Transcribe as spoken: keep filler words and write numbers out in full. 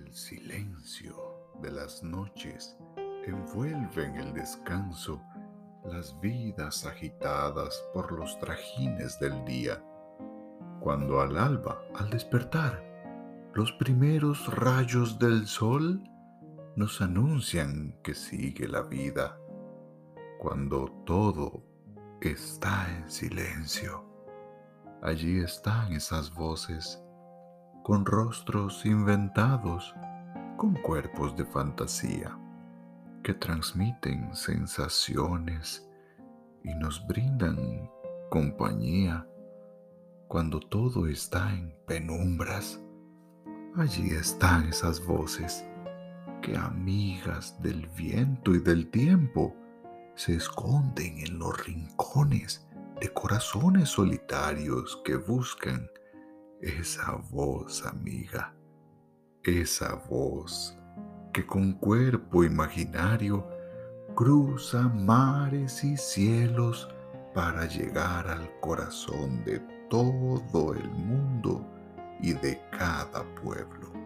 El silencio de las noches envuelve en el descanso las vidas agitadas por los trajines del día, cuando al alba, al despertar, los primeros rayos del sol nos anuncian que sigue la vida, cuando todo está en silencio. Allí están esas voces, con rostros inventados, con cuerpos de fantasía, que transmiten sensaciones y nos brindan compañía cuando todo está en penumbras. Allí están esas voces que, amigas del viento y del tiempo, se esconden en los rincones de corazones solitarios que buscan esa voz amiga, esa voz que con cuerpo imaginario cruza mares y cielos para llegar al corazón de todo el mundo y de cada pueblo.